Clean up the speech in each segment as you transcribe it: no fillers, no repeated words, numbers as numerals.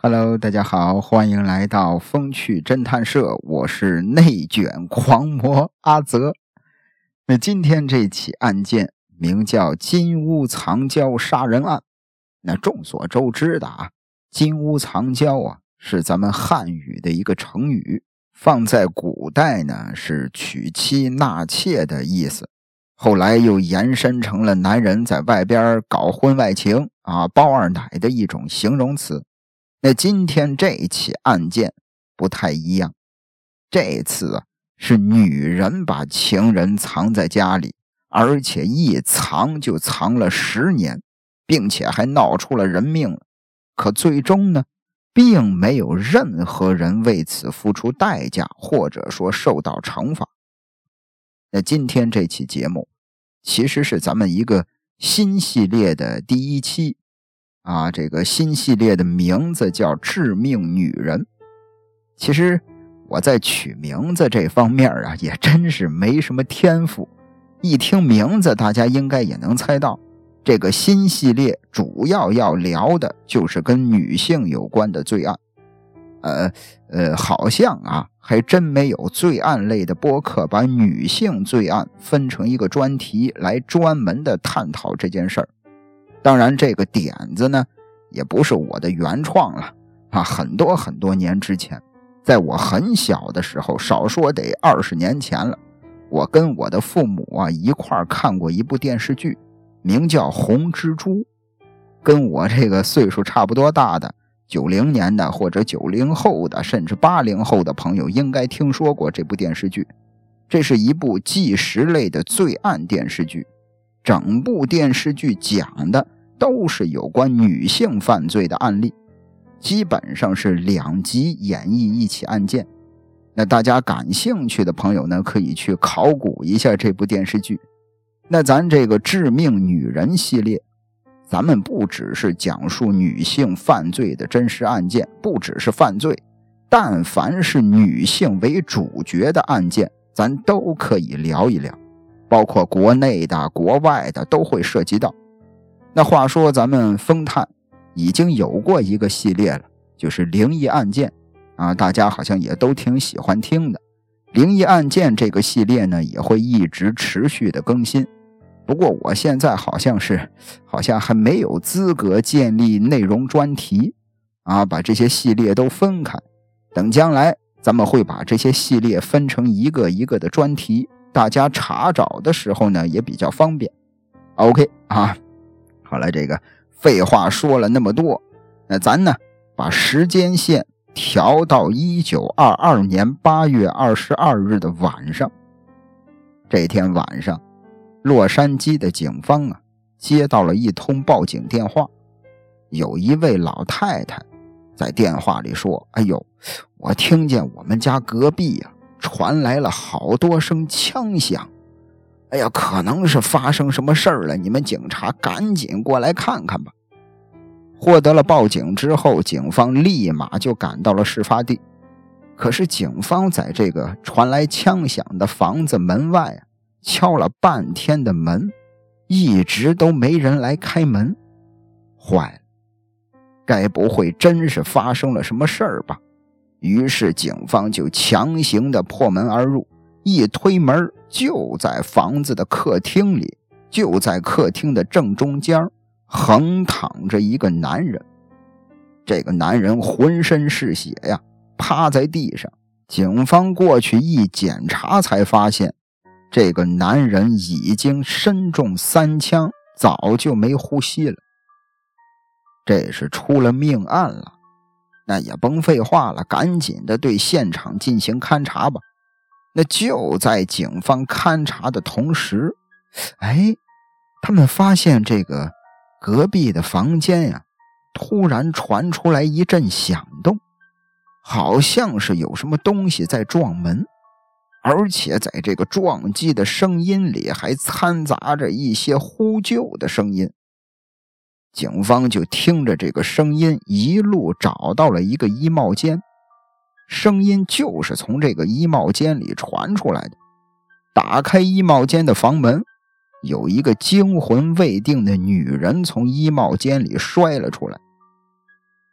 Hello， 大家好，欢迎来到风趣侦探社，我是内卷狂魔阿泽。那今天这起案件名叫金屋藏娇杀人案。那众所周知的金屋藏娇是咱们汉语的一个成语，放在古代呢是娶妻纳妾的意思，后来又延伸成了男人在外边搞婚外情包二奶的一种形容词。那今天这起案件不太一样，这次是女人把情人藏在家里，而且一藏就藏了10年，并且还闹出了人命了。可最终呢，并没有任何人为此付出代价，或者说受到惩罚。那今天这期节目其实是咱们一个新系列的第一期这个新系列的名字叫致命女人。其实我在取名字这方面也真是没什么天赋，一听名字大家应该也能猜到，这个新系列主要聊的就是跟女性有关的罪案。好像还真没有罪案类的播客把女性罪案分成一个专题来专门的探讨这件事儿。当然这个点子呢也不是我的原创了很多年之前，在我很小的时候，少说得20年前了，我跟我的父母一块看过一部电视剧，名叫《红蜘蛛》。跟我这个岁数差不多大的90年的或者90后的甚至80后的朋友应该听说过这部电视剧。这是一部纪实类的罪案电视剧，整部电视剧讲的都是有关女性犯罪的案例，基本上是2集演绎一起案件。那大家感兴趣的朋友呢，可以去考古一下这部电视剧。那咱这个致命女人系列，咱们不只是讲述女性犯罪的真实案件，不只是犯罪，但凡是女性为主角的案件咱都可以聊一聊，包括国内的国外的都会涉及到。那话说咱们风探已经有过一个系列了，就是灵异案件大家好像也都挺喜欢听的。灵异案件这个系列呢也会一直持续的更新，不过我现在好像还没有资格建立内容专题把这些系列都分开，等将来咱们会把这些系列分成一个一个的专题，大家查找的时候呢也比较方便。 OK 好了，这个废话说了那么多，那咱呢把时间线调到1922年8月22日的晚上。这天晚上，洛杉矶的警方接到了一通报警电话，有一位老太太在电话里说，哎呦，我听见我们家隔壁传来了好多声枪响，哎呀，可能是发生什么事儿了，你们警察赶紧过来看看吧。获得了报警之后，警方立马就赶到了事发地。可是警方在这个传来枪响的房子门外敲了半天的门，一直都没人来开门。坏了，该不会真是发生了什么事儿吧？于是警方就强行的破门而入，一推门就在房子的客厅里，就在客厅的正中间横躺着一个男人。这个男人浑身是血趴在地上。警方过去一检查才发现，这个男人已经身中3枪，早就没呼吸了。这是出了命案了，那也甭废话了，赶紧的对现场进行勘查吧。那就在警方勘查的同时，他们发现这个隔壁的房间突然传出来一阵响动，好像是有什么东西在撞门，而且在这个撞击的声音里还掺杂着一些呼救的声音。警方就听着这个声音一路找到了一个衣帽间，声音就是从这个衣帽间里传出来的。打开衣帽间的房门，有一个惊魂未定的女人从衣帽间里摔了出来。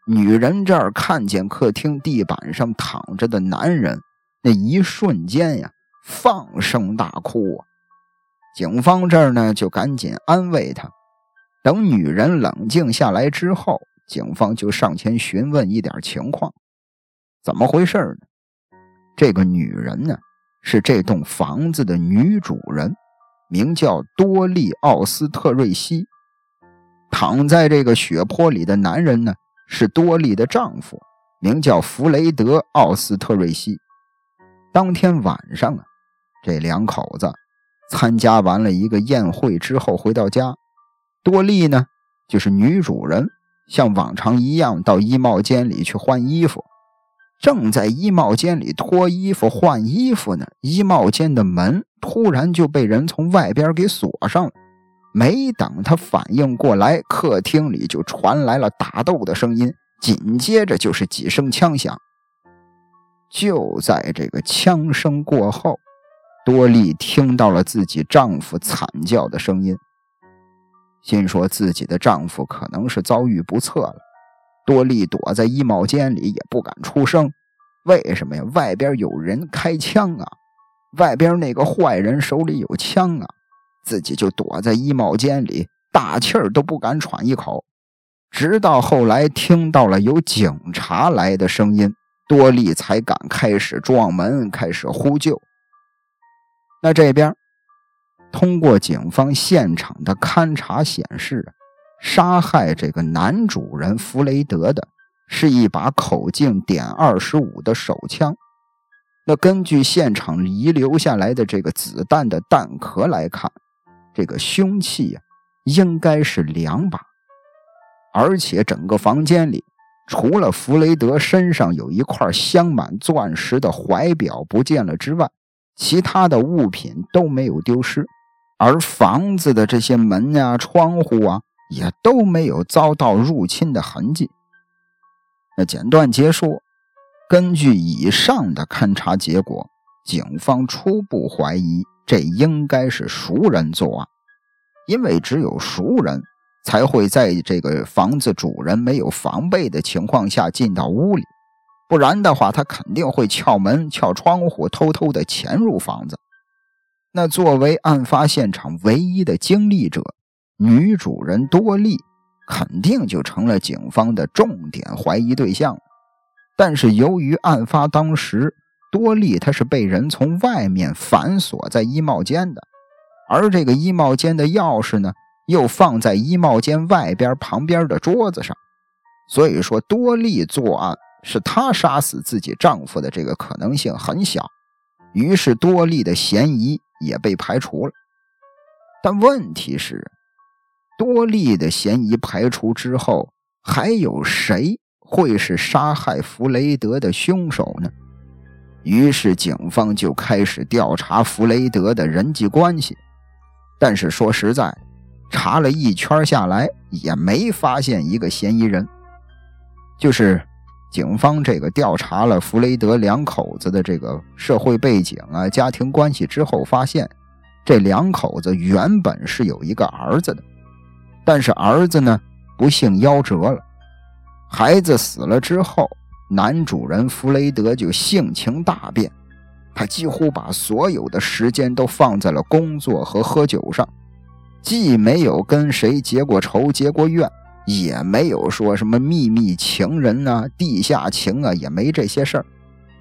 女人这儿看见客厅地板上躺着的男人，那一瞬间呀，放声大哭啊。警方这儿呢就赶紧安慰她。等女人冷静下来之后，警方就上前询问一点情况。怎么回事呢？这个女人呢是这栋房子的女主人，名叫多利·奥斯特瑞西。躺在这个血泊里的男人呢是多利的丈夫，名叫弗雷德·奥斯特瑞西。当天晚上啊，这两口子参加完了一个宴会之后回到家，多利呢就是女主人，像往常一样到衣帽间里去换衣服。正在衣帽间里脱衣服换衣服呢，衣帽间的门突然就被人从外边给锁上了。没等他反应过来，客厅里就传来了打斗的声音，紧接着就是几声枪响。就在这个枪声过后，多利听到了自己丈夫惨叫的声音，心说自己的丈夫可能是遭遇不测了。多利躲在衣帽间里也不敢出声，为什么呀？外边有人开枪啊，外边那个坏人手里有枪啊，自己就躲在衣帽间里，大气儿都不敢喘一口。直到后来听到了有警察来的声音，多利才敢开始撞门，开始呼救。那这边通过警方现场的勘查显示，杀害这个男主人弗雷德的是一把口径.25的手枪。那根据现场遗留下来的这个子弹的弹壳来看，这个凶器应该是2把。而且整个房间里除了弗雷德身上有一块镶满钻石的怀表不见了之外，其他的物品都没有丢失，而房子的这些门啊窗户啊也都没有遭到入侵的痕迹。那简短结束，根据以上的勘查结果，警方初步怀疑这应该是熟人作案，因为只有熟人才会在这个房子主人没有防备的情况下进到屋里，不然的话他肯定会撬门撬窗户，偷偷的潜入房子。那作为案发现场唯一的经历者，女主人多利肯定就成了警方的重点怀疑对象。但是由于案发当时多利她是被人从外面反锁在衣帽间的，而这个衣帽间的钥匙呢又放在衣帽间外边旁边的桌子上，所以说多利作案是她杀死自己丈夫的这个可能性很小，于是多利的嫌疑也被排除了。但问题是，多利的嫌疑排除之后，还有谁会是杀害弗雷德的凶手呢？于是警方就开始调查弗雷德的人际关系，但是说实在，查了一圈下来也没发现一个嫌疑人。就是警方这个调查了弗雷德两口子的这个社会背景啊、家庭关系之后，发现这两口子原本是有一个儿子的，但是儿子呢不幸夭折了。孩子死了之后，男主人弗雷德就性情大变，他几乎把所有的时间都放在了工作和喝酒上，既没有跟谁结过仇结过怨，也没有说什么秘密情人啊、地下情啊，也没这些事儿。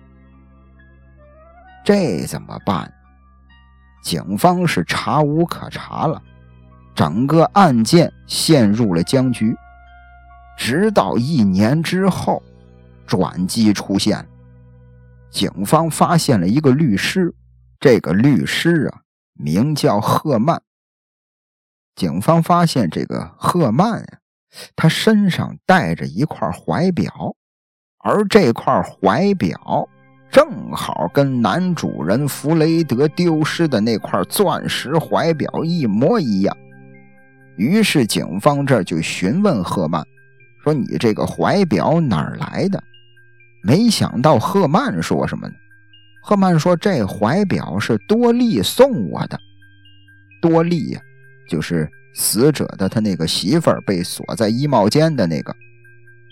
这怎么办？警方是查无可查了，整个案件陷入了僵局。直到1年之后，转机出现，警方发现了一个律师，这个律师啊名叫赫曼。警方发现这个赫曼啊，他身上带着一块怀表，而这块怀表正好跟男主人弗雷德丢失的那块钻石怀表一模一样。于是警方这就询问赫曼，说你这个怀表哪儿来的？没想到赫曼说什么呢？赫曼说这怀表是多利送我的。多利呀，就是死者的他那个媳妇儿被锁在衣帽间的那个。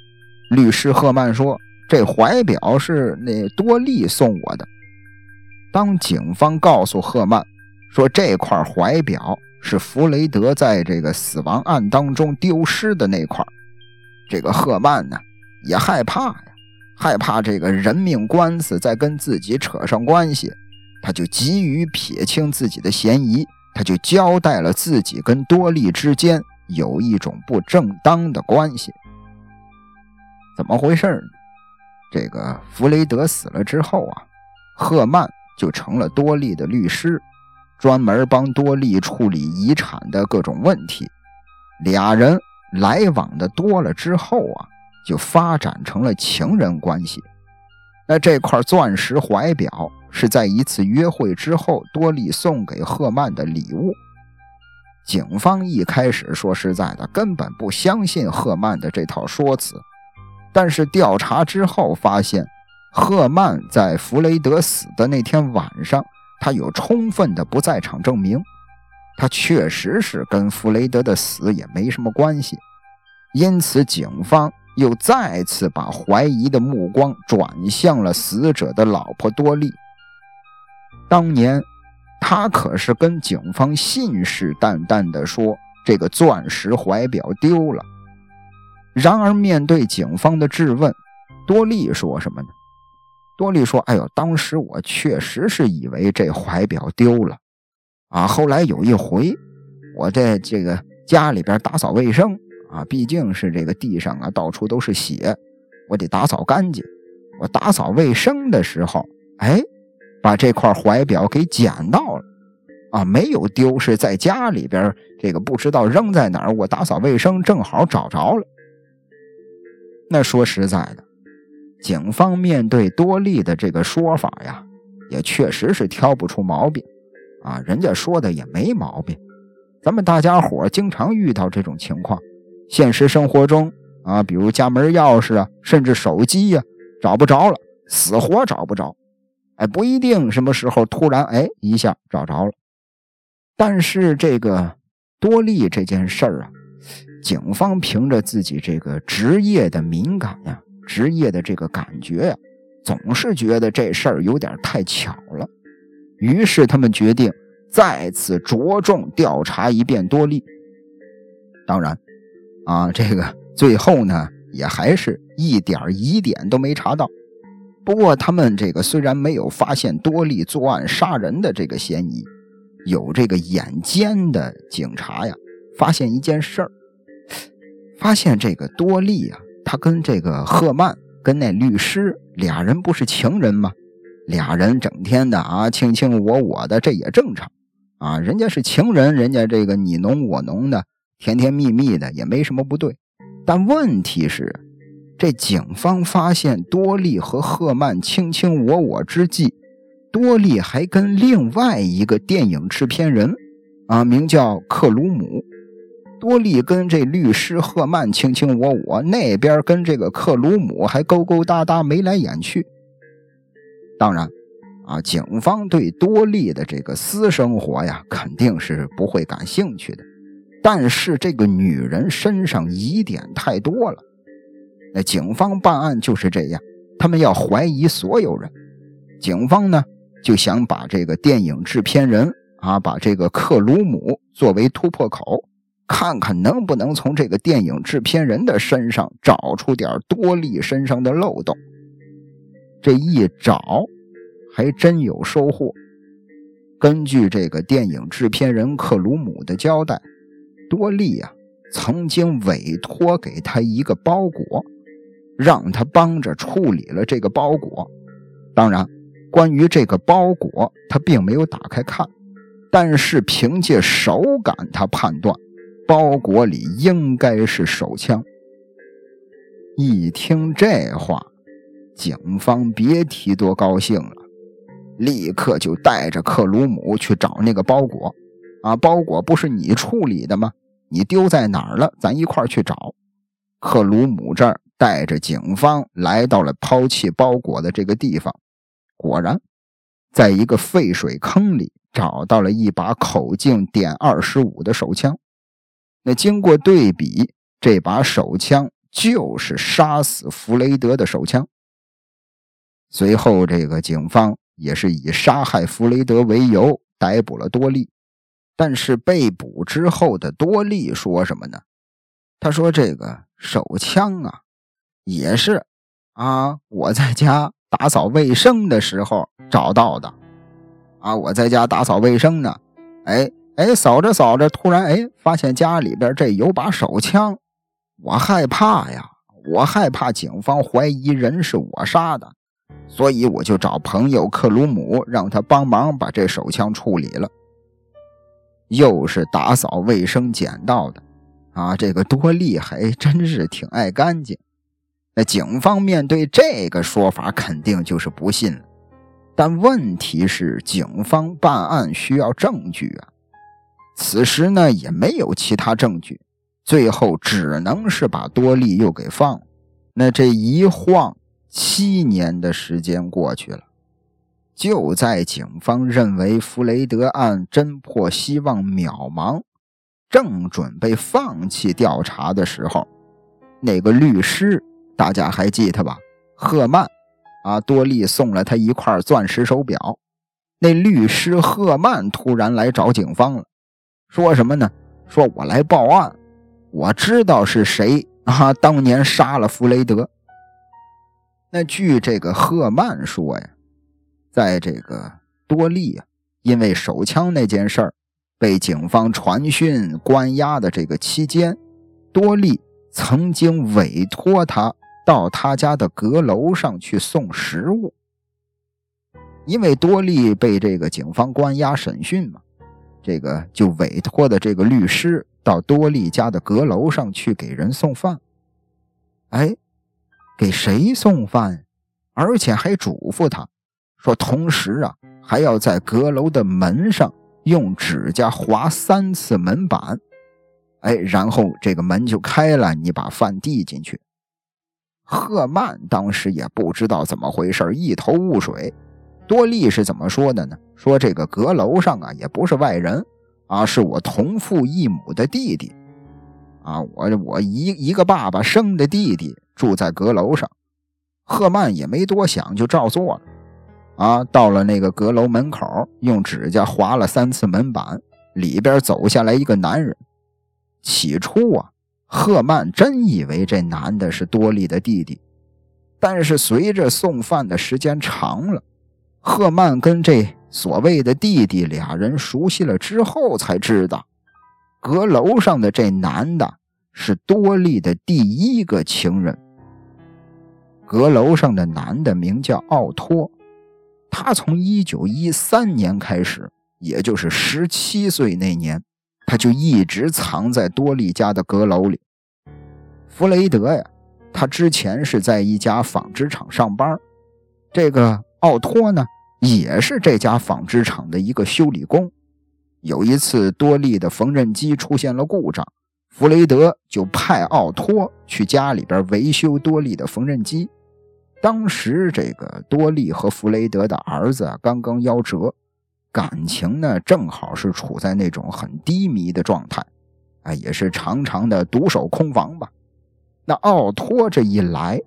律师赫曼说，这怀表是那多利送我的。当警方告诉赫曼说这块怀表是弗雷德在这个死亡案当中丢失的那块，这个赫曼呢也害怕呀，害怕这个人命官司再跟自己扯上关系，他就急于撇清自己的嫌疑，他就交代了自己跟多利之间有一种不正当的关系。怎么回事呢？这个弗雷德死了之后啊，赫曼就成了多利的律师，专门帮多利处理遗产的各种问题。俩人来往的多了之后啊，就发展成了情人关系。那这块钻石怀表是在一次约会之后多利送给赫曼的礼物。警方一开始说实在的根本不相信赫曼的这套说辞，但是调查之后发现，赫曼在弗雷德死的那天晚上，他有充分的不在场证明，他确实是跟弗雷德的死也没什么关系。因此警方又再次把怀疑的目光转向了死者的老婆多利。当年他可是跟警方信誓旦旦地说这个钻石怀表丢了。然而面对警方的质问，多利说什么呢？多利说，哎呦，当时我确实是以为这怀表丢了啊，后来有一回我在这个家里边打扫卫生啊，毕竟是这个地上啊到处都是血，我得打扫干净。我打扫卫生的时候，把这块怀表给捡到了啊，没有丢，是在家里边这个不知道扔在哪儿，我打扫卫生正好找着了。那说实在的，警方面对多利的这个说法呀，也确实是挑不出毛病啊，人家说的也没毛病。咱们大家伙经常遇到这种情况，现实生活中啊，比如家门钥匙啊，甚至手机呀，找不着了，死活找不着。不一定什么时候突然一下找着了。但是这个多利这件事儿啊，警方凭着自己这个职业的敏感呀，职业的这个感觉呀，总是觉得这事儿有点太巧了。于是他们决定再次着重调查一遍多利。当然啊，这个最后呢也还是一点疑点都没查到。不过他们这个虽然没有发现多利作案杀人的这个嫌疑，有这个眼尖的警察呀，发现一件事儿，发现这个多利啊，他跟这个赫曼跟那律师俩人不是情人吗？俩人整天的啊卿卿我我的，这也正常啊，人家是情人，人家这个你侬我侬的，甜甜蜜蜜的也没什么不对。但问题是，这警方发现多利和赫曼卿卿我我之际，多利还跟另外一个电影制片人啊，名叫克鲁姆。多利跟这律师赫曼卿卿我我，那边跟这个克鲁姆还勾勾搭搭，眉来眼去。当然啊，警方对多利的这个私生活呀，肯定是不会感兴趣的。但是这个女人身上疑点太多了，那警方办案就是这样，他们要怀疑所有人。警方呢就想把这个电影制片人啊，把这个克鲁姆作为突破口，看看能不能从这个电影制片人的身上找出点多利身上的漏洞。这一找还真有收获。根据这个电影制片人克鲁姆的交代，多利啊曾经委托给他一个包裹，让他帮着处理了这个包裹。当然关于这个包裹他并没有打开看，但是凭借手感他判断包裹里应该是手枪。一听这话，警方别提多高兴了，立刻就带着克鲁姆去找那个包裹啊，包裹不是你处理的吗？你丢在哪儿了？咱一块儿去找。克鲁姆这儿带着警方来到了抛弃包裹的这个地方，果然在一个废水坑里找到了一把口径.25的手枪。那经过对比，这把手枪就是杀死弗雷德的手枪。随后这个警方也是以杀害弗雷德为由逮捕了多利。但是被捕之后的多利说什么呢？他说这个手枪啊也是我在家打扫卫生的时候找到的我在家打扫卫生呢，扫着扫着突然发现家里边这有把手枪，我害怕呀，我害怕警方怀疑人是我杀的，所以我就找朋友克鲁姆让他帮忙把这手枪处理了。又是打扫卫生捡到的这个多利还真是挺爱干净。那警方面对这个说法肯定就是不信了，但问题是警方办案需要证据此时呢也没有其他证据，最后只能是把多利又给放了。那这一晃7年的时间过去了，就在警方认为弗雷德案侦破希望渺茫，正准备放弃调查的时候，那个律师大家还记得吧？赫曼多利送了他一块钻石手表。那律师赫曼突然来找警方了，说什么呢？说我来报案，我知道是谁当年杀了弗雷德。那据这个赫曼说呀，在这个多利因为手枪那件事儿被警方传讯关押的这个期间，多利曾经委托他到他家的阁楼上去送食物。因为多利被这个警方关押审讯嘛，这个就委托的这个律师到多利家的阁楼上去给人送饭。给谁送饭？而且还嘱咐他说，同时还要在阁楼的门上用指甲划3次门板，然后这个门就开了，你把饭递进去。赫曼当时也不知道怎么回事，一头雾水。多利是怎么说的呢？说这个阁楼上也不是外人是我同父异母的弟弟我一个爸爸生的弟弟住在阁楼上。赫曼也没多想，就照做了到了那个阁楼门口，用指甲划了3次门板，里边走下来一个男人。起初赫曼真以为这男的是多利的弟弟，但是随着送饭的时间长了，赫曼跟这所谓的弟弟俩人熟悉了之后才知道，阁楼上的这男的是多利的第1个情人。阁楼上的男的名叫奥托，他从1913年开始，也就是17岁那年，他就一直藏在多利家的阁楼里。弗雷德他之前是在一家纺织厂上班，这个奥托呢也是这家纺织厂的一个修理工。有一次多利的缝纫机出现了故障，弗雷德就派奥托去家里边维修多利的缝纫机。当时这个多利和弗雷德的儿子刚刚夭折，感情呢正好是处在那种很低迷的状态也是常常的独守空房吧。那奥托这一来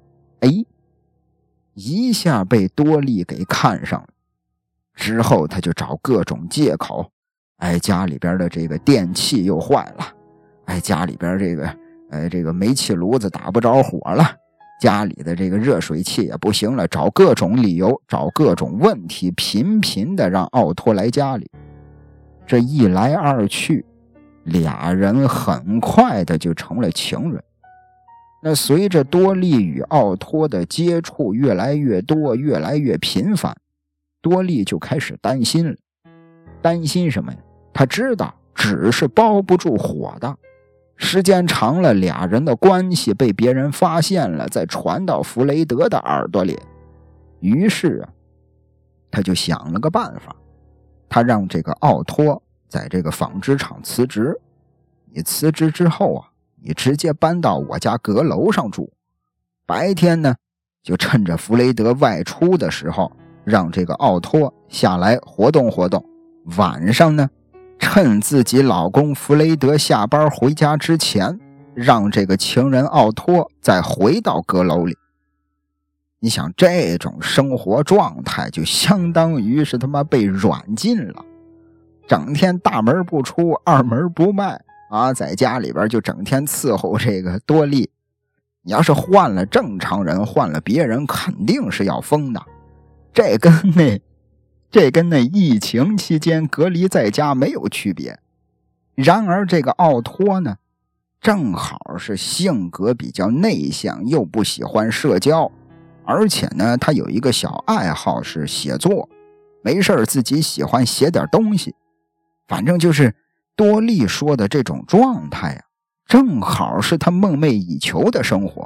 一下被多利给看上了。之后他就找各种借口，家里边的这个电器又坏了，家里边这个煤气炉子打不着火了，家里的这个热水器也不行了，找各种理由，找各种问题，频频的让奥托来家里。这一来二去，俩人很快的就成了情人。那随着多利与奥托的接触越来越多，越来越频繁，多利就开始担心了。担心什么呀？他知道纸是包不住火的，时间长了，俩人的关系被别人发现了，再传到弗雷德的耳朵里。于是他就想了个办法，他让这个奥托在这个纺织厂辞职。你辞职之后你直接搬到我家阁楼上住，白天呢就趁着弗雷德外出的时候，让这个奥托下来活动活动，晚上呢趁自己老公弗雷德下班回家之前， 让这个情人奥托再回到阁楼里。你想这种生活状态就相当于是他妈被软禁了，整天大门不出二门不迈啊，在家里边就整天伺候这个多莉。你要是换了正常人，换了别人肯定是要疯的。这跟那疫情期间隔离在家没有区别。然而这个奥托呢，正好是性格比较内向，又不喜欢社交，而且呢他有一个小爱好是写作，没事自己喜欢写点东西。反正就是多莉说的这种状态啊，正好是他梦寐以求的生活。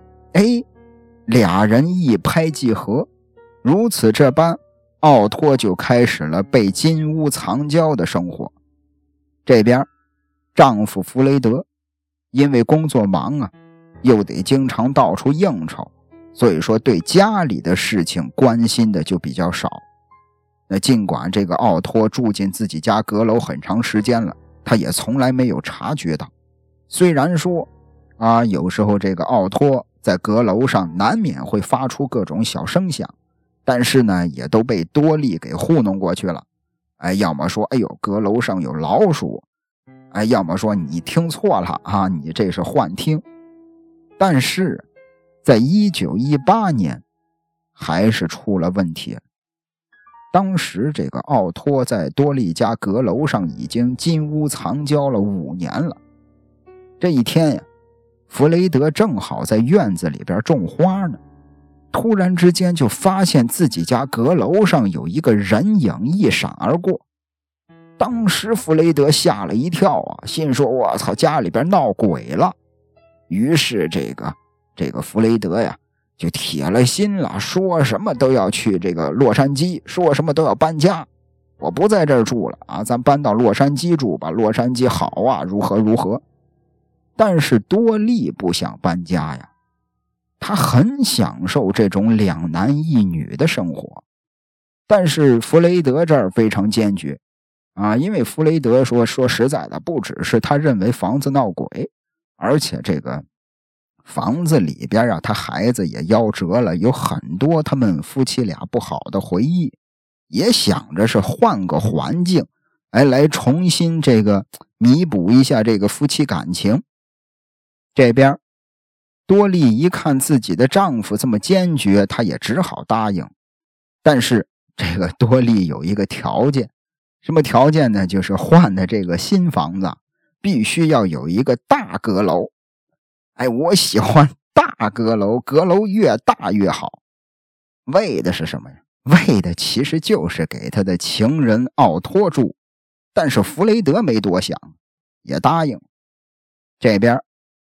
俩人一拍即合，如此这般，奥托就开始了被金屋藏娇的生活。这边丈夫弗雷德因为工作忙啊，又得经常到处应酬，所以说对家里的事情关心的就比较少。那尽管这个奥托住进自己家阁楼很长时间了，他也从来没有察觉到。虽然说有时候这个奥托在阁楼上难免会发出各种小声响，但是呢也都被多莉给糊弄过去了。要么说阁楼上有老鼠，要么说你听错了啊，你这是幻听。但是在1918年还是出了问题。当时这个奥托在多莉家阁楼上已经金屋藏娇了5年了。这一天呀，弗雷德正好在院子里边种花呢，突然之间就发现自己家阁楼上有一个人影一闪而过。当时弗雷德吓了一跳啊，心说我操，家里边闹鬼了。于是这个弗雷德呀就铁了心了，说什么都要去这个洛杉矶，说什么都要搬家，我不在这儿住了啊，咱搬到洛杉矶住吧，洛杉矶好啊，如何如何。但是多莉不想搬家呀，他很享受这种2男1女的生活。但是弗雷德这儿非常坚决因为弗雷德说实在的，不只是他认为房子闹鬼，而且这个房子里边他孩子也夭折了，有很多他们夫妻俩不好的回忆，也想着是换个环境来重新这个弥补一下这个夫妻感情。这边多莉一看自己的丈夫这么坚决，她也只好答应。但是这个多莉有一个条件，什么条件呢？就是换的这个新房子必须要有一个大阁楼。我喜欢大阁楼，阁楼越大越好。为的是什么呀？为的其实就是给他的情人奥托住。但是弗雷德没多想，也答应。这边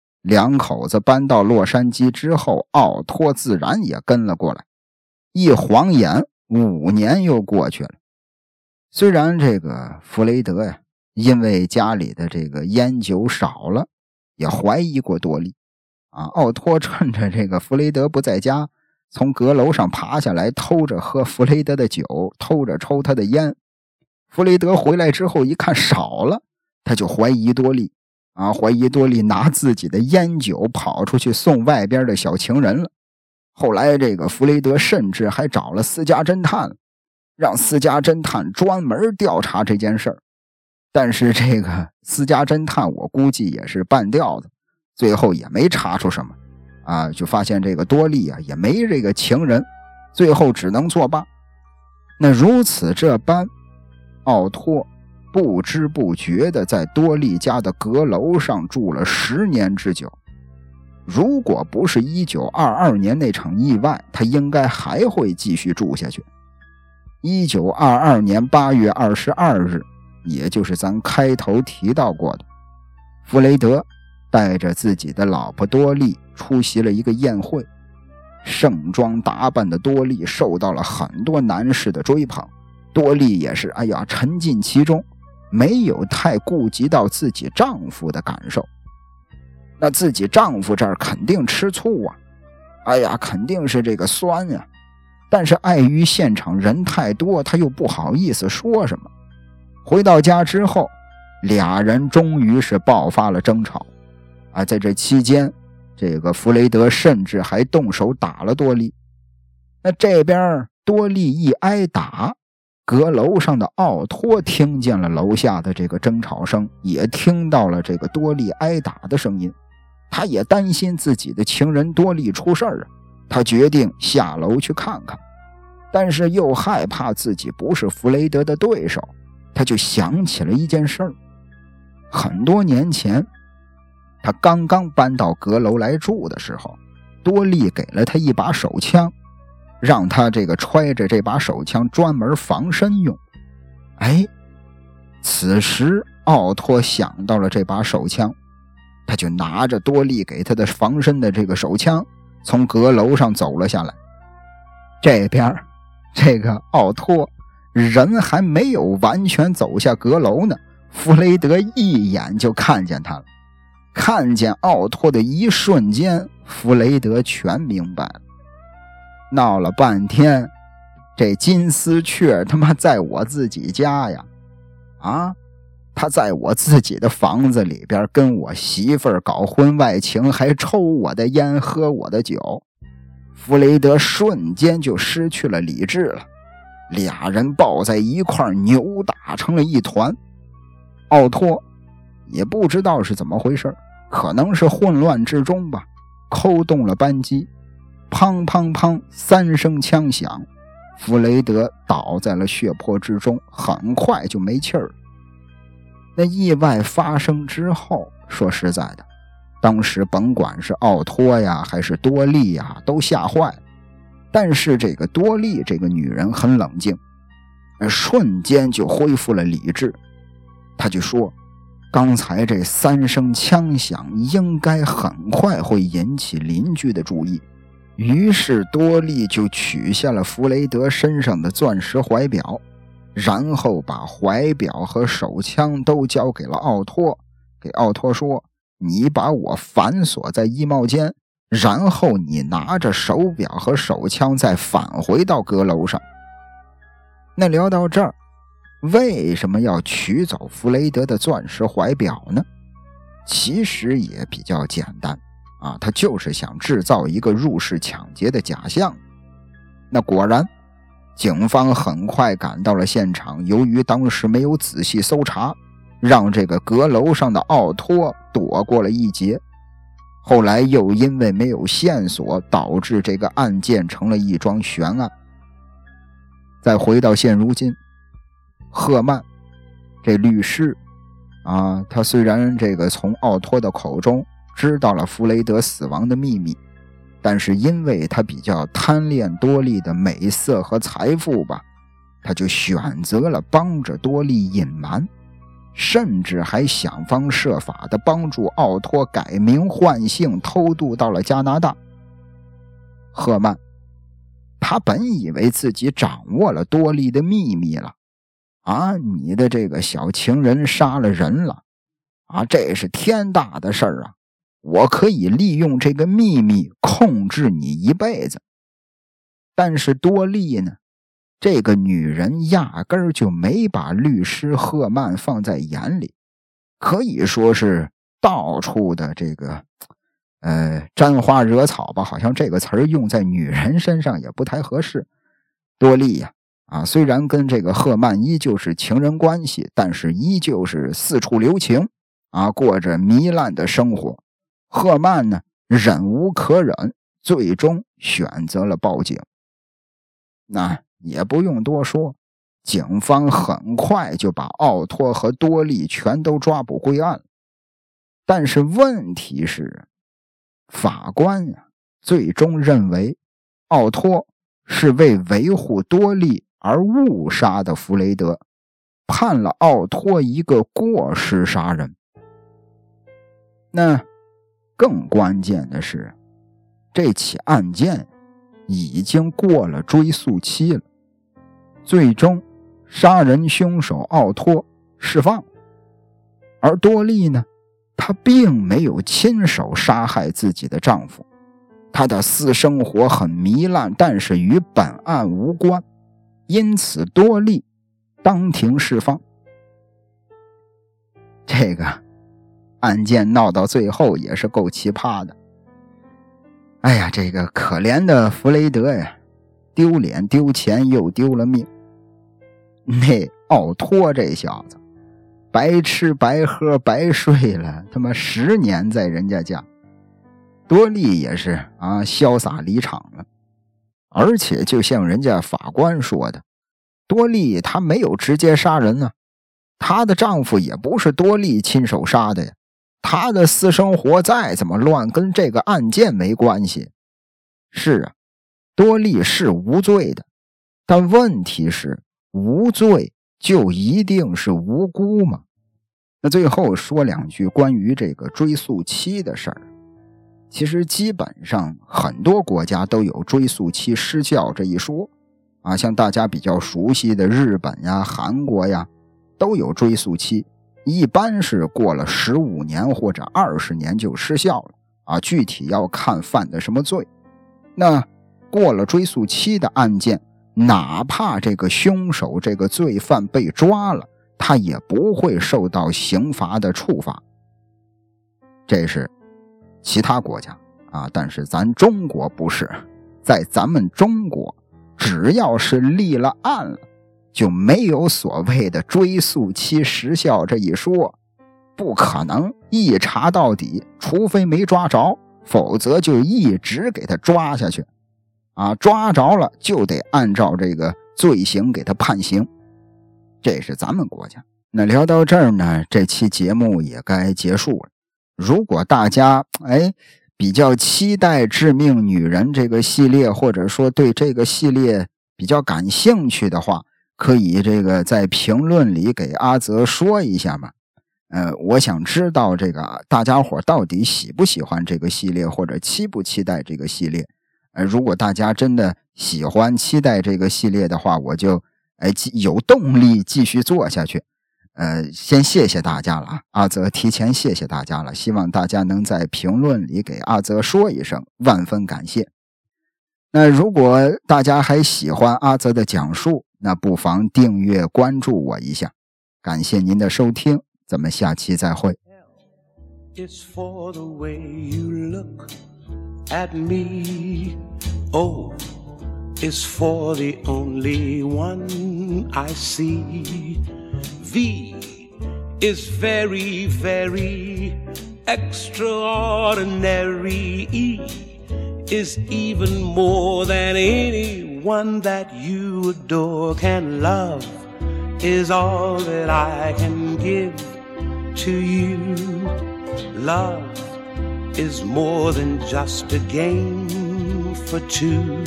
2口子搬到洛杉矶之后，奥托自然也跟了过来。一晃眼5年又过去了。虽然这个弗雷德呀，因为家里的这个烟酒少了，也怀疑过多莉奥托趁着这个弗雷德不在家，从阁楼上爬下来，偷着喝弗雷德的酒，偷着抽他的烟。弗雷德回来之后一看少了，他就怀疑多莉怀疑多莉拿自己的烟酒跑出去送外边的小情人了。后来这个弗雷德甚至还找了私家侦探，让私家侦探专门调查这件事儿。但是这个私家侦探我估计也是半吊子，最后也没查出什么就发现这个多莉也没这个情人，最后只能作罢。那如此这般，奥托不知不觉地在多莉家的阁楼上住了10年之久。如果不是1922年那场意外，他应该还会继续住下去。1922年8月22日，也就是咱开头提到过的，弗雷德带着自己的老婆多莉出席了一个宴会。盛装打扮的多莉受到了很多男士的追捧，多莉也是沉浸其中，没有太顾及到自己丈夫的感受。那自己丈夫这儿肯定吃醋肯定是这个酸但是碍于现场人太多，他又不好意思说什么。回到家之后，俩人终于是爆发了争吵。 在这期间，这个弗雷德甚至还动手打了多利。那这边多利一挨打，阁楼上的奥托听见了楼下的这个争吵声，也听到了这个多利挨打的声音。他也担心自己的情人多利出事儿，他决定下楼去看看，但是又害怕自己不是弗雷德的对手，他就想起了一件事儿。很多年前，他刚刚搬到阁楼来住的时候，多利给了他一把手枪，让他这个揣着这把手枪专门防身用。此时奥托想到了这把手枪，他就拿着多利给他的防身的这个手枪，从阁楼上走了下来。这边这个奥托人还没有完全走下阁楼呢，弗雷德一眼就看见他了。看见奥托的一瞬间，弗雷德全明白了。闹了半天，这金丝雀他妈在我自己家呀！他在我自己的房子里边跟我媳妇儿搞婚外情，还抽我的烟，喝我的酒。弗雷德瞬间就失去了理智了，俩人抱在一块扭打成了一团。奥托也不知道是怎么回事，可能是混乱之中吧，扣动了扳机，砰砰砰3声枪响，弗雷德倒在了血泊之中，很快就没气儿了。那意外发生之后，说实在的，当时甭管是奥托呀还是多利呀都吓坏了，但是这个多利这个女人很冷静，瞬间就恢复了理智。他就说刚才这3声枪响应该很快会引起邻居的注意，于是多利就取下了弗雷德身上的钻石怀表，然后把怀表和手枪都交给了奥托，给奥托说，你把我反锁在衣帽间，然后你拿着手表和手枪再返回到阁楼上。那聊到这儿，为什么要取走弗雷德的钻石怀表呢？其实也比较简单他就是想制造一个入室抢劫的假象。那果然警方很快赶到了现场，由于当时没有仔细搜查，让这个阁楼上的奥托躲过了一劫。后来又因为没有线索，导致这个案件成了一桩悬案。再回到现如今，赫曼这律师他虽然这个从奥托的口中知道了弗雷德死亡的秘密，但是因为他比较贪恋多利的美色和财富吧，他就选择了帮着多利隐瞒，甚至还想方设法的帮助奥托改名换姓，偷渡到了加拿大。赫曼他本以为自己掌握了多利的秘密了你的这个小情人杀了人了这是天大的事儿我可以利用这个秘密控制你一辈子。但是多利呢，这个女人压根儿就没把律师赫曼放在眼里，可以说是到处的这个沾花惹草吧，好像这个词儿用在女人身上也不太合适。多利呀虽然跟这个赫曼依旧是情人关系，但是依旧是四处留情过着糜烂的生活。赫曼呢忍无可忍，最终选择了报警。那也不用多说，警方很快就把奥托和多利全都抓捕归案了。但是问题是，法官最终认为奥托是为维护多利而误杀的弗雷德，判了奥托一个过失杀人。那更关键的是，这起案件已经过了追诉期了，最终杀人凶手奥托释放，而多利呢，她并没有亲手杀害自己的丈夫，她的私生活很糜烂，但是与本案无关，因此多利当庭释放。这个案件闹到最后也是够奇葩的。哎呀，这个可怜的弗雷德呀，丢脸丢钱又丢了命。那奥托这小子白吃白喝白睡了他妈10年在人家家，多利也是潇洒离场了。而且就像人家法官说的，多利她没有直接杀人啊，她的丈夫也不是多利亲手杀的呀，她的私生活再怎么乱跟这个案件没关系。是啊，多利是无罪的，但问题是无罪就一定是无辜吗？那最后说两句关于这个追诉期的事儿。其实基本上很多国家都有追诉期失效这一说像大家比较熟悉的日本呀、韩国呀都有追诉期，一般是过了15年或者20年就失效了具体要看犯的什么罪。那过了追诉期的案件，哪怕这个凶手这个罪犯被抓了，他也不会受到刑罚的处罚。这是其他国家但是咱中国不是。在咱们中国，只要是立了案了，就没有所谓的追诉期时效这一说，不可能一查到底，除非没抓着，否则就一直给他抓下去抓着了就得按照这个罪行给他判刑。这是咱们国家。那聊到这儿呢，这期节目也该结束了。如果大家比较期待致命女人这个系列，或者说对这个系列比较感兴趣的话，可以这个在评论里给阿泽说一下嘛。我想知道这个大家伙到底喜不喜欢这个系列，或者期不期待这个系列。如果大家真的喜欢期待这个系列的话，我就有动力继续做下去。先谢谢大家了阿泽提前谢谢大家了，希望大家能在评论里给阿泽说一声，万分感谢。那如果大家还喜欢阿泽的讲述，那不妨订阅关注我一下。感谢您的收听，咱们下期再会。 It's for the way you look at me. Oh, it's for the only one I see. V is very, very extraordinary. E is even more than anyone that you adore can love. Is all that I can give to you. Love is more than just a game for two.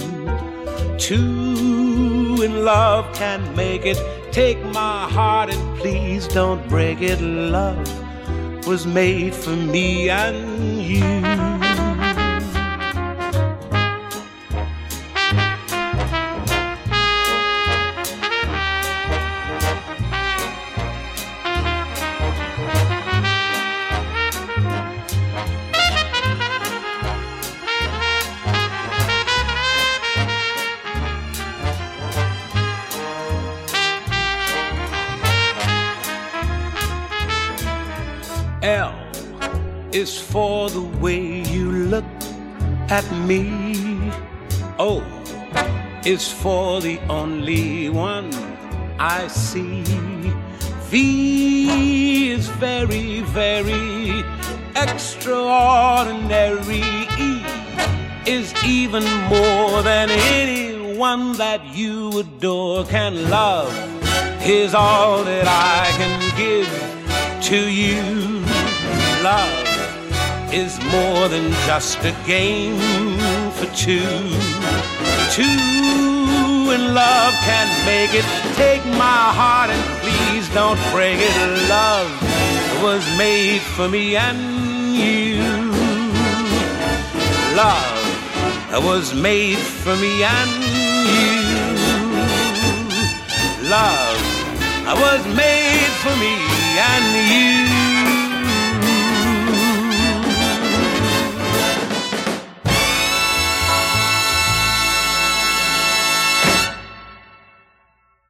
Two in love can make it. Take my heart and please don't break it. Love was made for me and you. L is for the way you look at me. O is for the only one I see. V is very, very extraordinary. E is even more than anyone that you adore can love. Is all that I can give to you. Love is more than just a game for two. Two in love can make it. Take my heart and please don't break it. Love was made for me and you. Love was made for me and you. Love was made for me and you.